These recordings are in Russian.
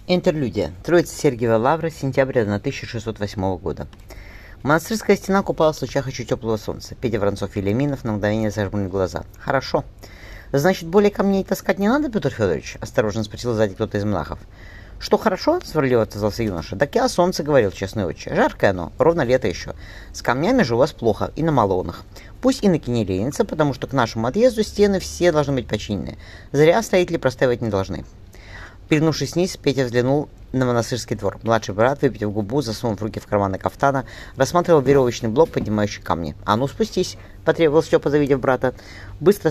Интерлюдия. Троица Сергиева Лавра, сентябрь 1608 года. Монастырская стена купалась в лучах еще теплого солнца. Петя Воронцов-Вильяминов на мгновение зажмурил глаза. «Хорошо. Значит, более камней таскать не надо, Петр Федорович?» — осторожно спросил сзади кто-то из монахов. «Что хорошо?» — сварливо отозвался юноша. «Так я о солнце говорил, честный отче. Жаркое оно, ровно лето еще. С камнями же у вас плохо, и на Малонах. Пусть иноки не ленятся, потому что к нашему отъезду стены все должны быть починены. Зря строители простаивать не должны». Перегнувшись вниз, Петя взглянул на монастырский двор. Младший брат, выпитив губу, засунув руки в карманы кафтана, рассматривал веревочный блок, поднимающий камни. «А ну, спустись!» — потребовал Степа, завидев брата. Быстро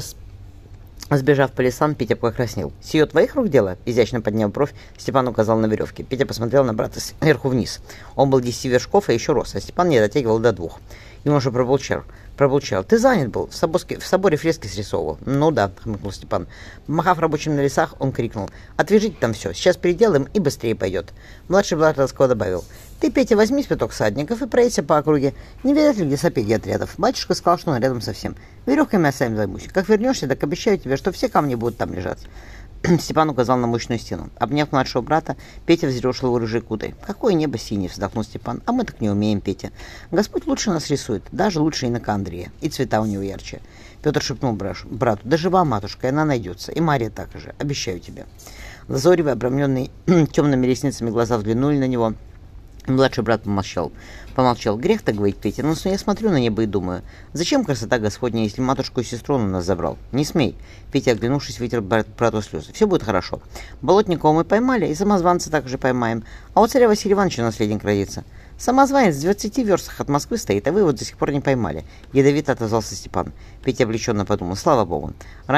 сбежав по лесам, Петя покраснел. «Сие твоих рук дело?» — изящно подняв бровь, Степан указал на веревки. Петя посмотрел на брата сверху вниз. Он был 10 вершков, а еще рос, а Степан не дотягивал до 2. Юноша пробурчал. «Ты занят был, в соборе фрески срисовывал». «Ну да», — хмыкнул Степан. Помахав рабочим на лесах, он крикнул: «Отвяжите там все, сейчас переделаем и быстрее пойдет». Младший брат ласково добавил: «Ты, Петя, возьми спиток всадников и проедься по округе. Не видать ли где сапеги отрядов? Батюшка сказал, что он рядом совсем. Веревками я сам займусь. Как вернешься, так обещаю тебе, что все камни будут там лежать». Степан указал на мощную стену. Обняв младшего брата, Петя взъерошил его рыжей кудой. «Какое небо синее!» — вздохнул Степан. «А мы так не умеем, Петя. Господь лучше нас рисует, даже лучше инока Андрея. И цвета у него ярче». Петр шепнул брату: «Да жива матушка, и она найдется. И Мария так же. Обещаю тебе». Лазоревые, обрамленные темными ресницами глаза взглянули на него. Младший брат помолчал. «Грех так говорить, Петя, но я смотрю на небо и думаю, зачем красота Господня, если матушку и сестру он у нас забрал? Не смей!» Петя, оглянувшись, вытер брату слезы. «Все будет хорошо. Болотникова мы поймали, и самозванца также поймаем. А у царя Василия Ивановича наследник родится. Самозванец в 20 верстах от Москвы стоит, а вы его до сих пор не поймали», — ядовито отозвался Степан. Петя облегченно подумал: «Слава богу.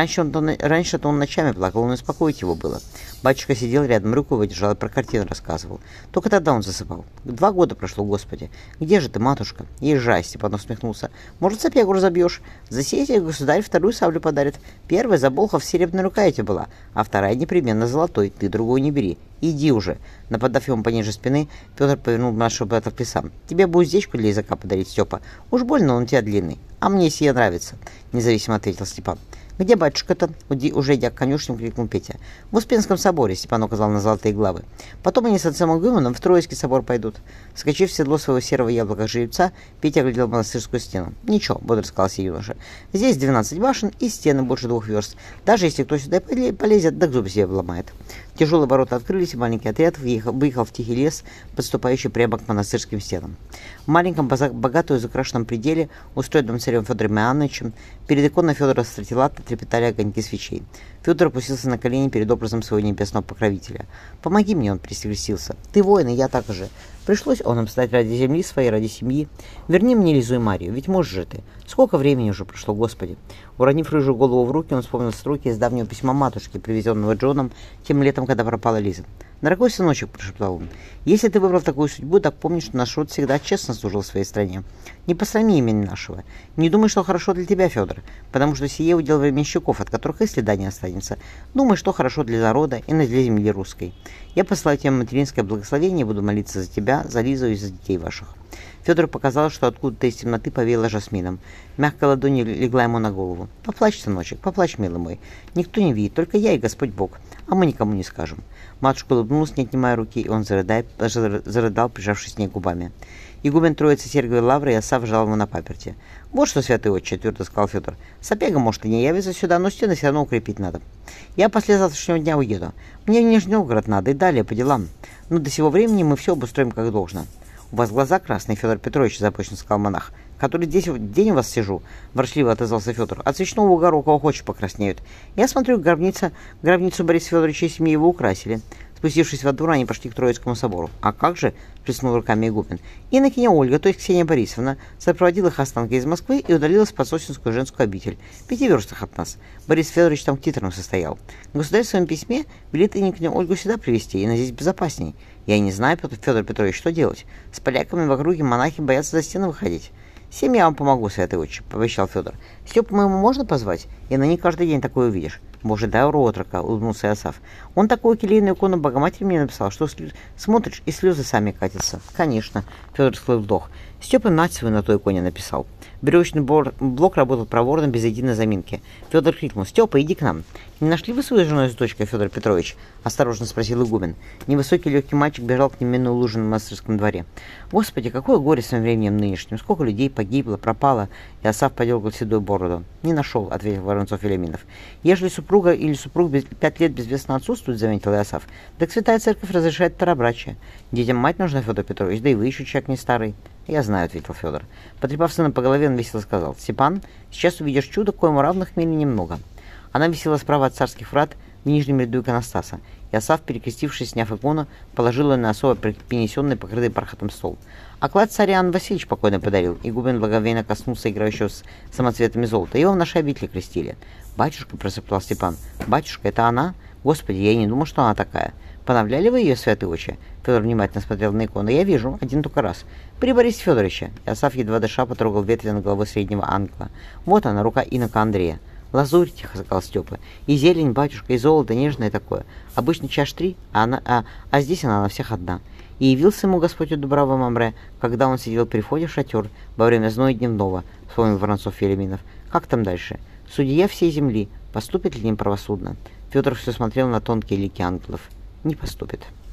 Раньше-то он ночами плакал, но успокоить его было. Батюшка сидел рядом, руку выдержал и про картину рассказывал. Только тогда он засыпал. 2 года прошло, Господи. Где же ты, матушка?» «Езжай», — Степан усмехнулся. «Может, сапегу разобьешь? За сей государь 2-ю саблю подарит. Первая за Болхов серебряной рукояти была, а 2-я непременно золотой. Ты другую не бери. Иди уже». Нападав ему пониже спины, Петр повернул младшего брата к плесам. «Тебе бы уздечку для языка подарить, Степа. Уж больно он у тебя длинный». «А мне сие нравится», — независимо ответил Степан. «Где батюшка-то?» — уже идя к конюшням, крикнул Петя. «В Успенском соборе», — Степан указал на золотые главы. «Потом они с отцом Игуменом в Троицкий собор пойдут». Вскочив в седло своего серого яблока жеребца, Петя оглядел монастырскую стену. «Ничего», — бодро сказал себе юноша. «Здесь 12 башен и стены больше 2 верст. Даже если кто сюда полезет, да зубы себе обломает». Тяжелые ворота открылись, и маленький отряд выехал в тихий лес, подступающий прямо к монастырским стенам. В маленьком, богато украшенном пределе, устроенном царем Федором Иоанновичем, перед иконой Федора Стратилата трепетали огоньки свечей. Федор опустился на колени перед образом своего небесного покровителя. «Помоги мне», — он присогласился. «Ты воин, и я так же. Пришлось он им стать ради земли своей, ради семьи. Верни мне Лизу и Марию, ведь можешь же ты. Сколько времени уже прошло, Господи». Уронив рыжую голову в руки, он вспомнил строки из давнего письма матушки, привезенного Джоном тем летом, когда пропала Лиза. «Дорогой сыночек», — прошептал он, — «если ты выбрал такую судьбу, так помни, что наш род всегда честно служил своей стране. Не посрами имени нашего. Не думай, что хорошо для тебя, Федор, потому что сие удел временщиков, от которых и следа не останется. Думай, что хорошо для народа и для земли русской. Я посылаю тебе материнское благословение и буду молиться за тебя, за Лизу и за детей ваших». Федору показалось, что откуда-то из темноты повеяло жасмином. Мягкая ладонь легла ему на голову. «Поплачь, сыночек, поплачь, милый мой. Никто не видит, только я и Господь Бог, а мы никому не скажем». Матушка улыбнулась, не отнимая руки, и он зарыдал, прижавшись к ней губами. Игумен Троицы Сергиевой Лавры и Осав жал ему на паперти. «Вот что, святый отче», — твердо сказал Федор. «Сапега, может, и не явится сюда, но стены все равно укрепить надо. Я после завтрашнего дня уеду. Мне в Нижний Новгород надо и далее по делам. Но до сего времени мы все обустроим как должно». «У вас глаза красные, Федор Петрович», — започно сказал монах. «Который день у вас сижу», — ворчливо отозвался Федор. «От свечного угара у кого хочешь покраснеют. Я смотрю, гробницу Бориса Федоровича и семьи его украсили». Спустившись во двор, они пошли к Троицкому собору. «А как же?» — плеснул руками игумен. «Инокиня Ольга, то есть Ксения Борисовна, сопроводила их останки из Москвы и удалилась в Подсосинскую женскую обитель, в 5 верстах от нас. Борис Федорович там титром состоял. Государь в своем письме велит инокиню Ольгу сюда привезти, и на здесь безопасней. Я не знаю, Федор Петрович, что делать. С поляками в округе монахи боятся за стены выходить». «Всем я вам помогу, святый отче», — пообещал Федор. «Степу моему можно позвать? И на ней каждый день такое увидишь». Боже, дай отрока, улыбнулся Иосаф. Он такую келейную икону Богоматери мне написал, что смотришь, и слезы сами катятся. Конечно, Федор склыл вдох. Степа мать свою на той иконе написал. Веревочный блок работал проворно, без единой заминки. Федор крикнул: «Степа, иди к нам!» «Не нашли вы свою жену с дочкой, Федор Петрович?» — осторожно спросил игумен. Невысокий легкий мальчик бежал к нему на лужу на монастырском дворе. «Господи, какое горе своим временем нынешним! Сколько людей погибло, пропало!» Иосаф подергал седую бороду. «Не нашел», — ответил Воронцов Елеминов. «Ежели супруга или супруг 5 лет безвестно отсутствует, — заметил Иосаф, — так святая церковь разрешает второбрачие. Детям мать нужна, Федор Петрович, да и вы еще человек не старый». «Я знаю», — ответил Федор. Потрепав сына по голове, он весело сказал: «Степан, сейчас увидишь чудо, коему равных в мире немного». Она висела справа от царских врат в нижнем ряду иконостаса. Иосаф, перекрестившись, сняв икону, положил ее на особо принесенный, покрытый бархатом стол. А клад царь Иоанн Васильевич покойно подарил, игумен благоговейно коснулся играющего с самоцветами золота. Его в нашей обители крестили. «Батюшка», — просыпал Степан, — «батюшка, это она? Господи, я и не думал, что она такая. Поновляли вы ее, святые очи?» Федор внимательно смотрел на икону. «Я вижу, один только раз. При Борисе Федоровиче». Иосаф, едва дыша, потрогал ветви над головой среднего ангела. «Вот она, рука инока Андрея». «Лазурь», — тихо сказал Степа. «И зелень, батюшка, и золото нежное такое. Обычно чаш 3, а здесь она на всех одна». И явился ему Господь от Дубрава Мамре, когда он сидел при входе в шатер во время зноя дневного, — вспомнил Воронцов Елеминов. «Как там дальше? Судья всей земли. Поступит ли ним правосудно?» Федор все смотрел на тонкие лики ангелов. «Не поступит».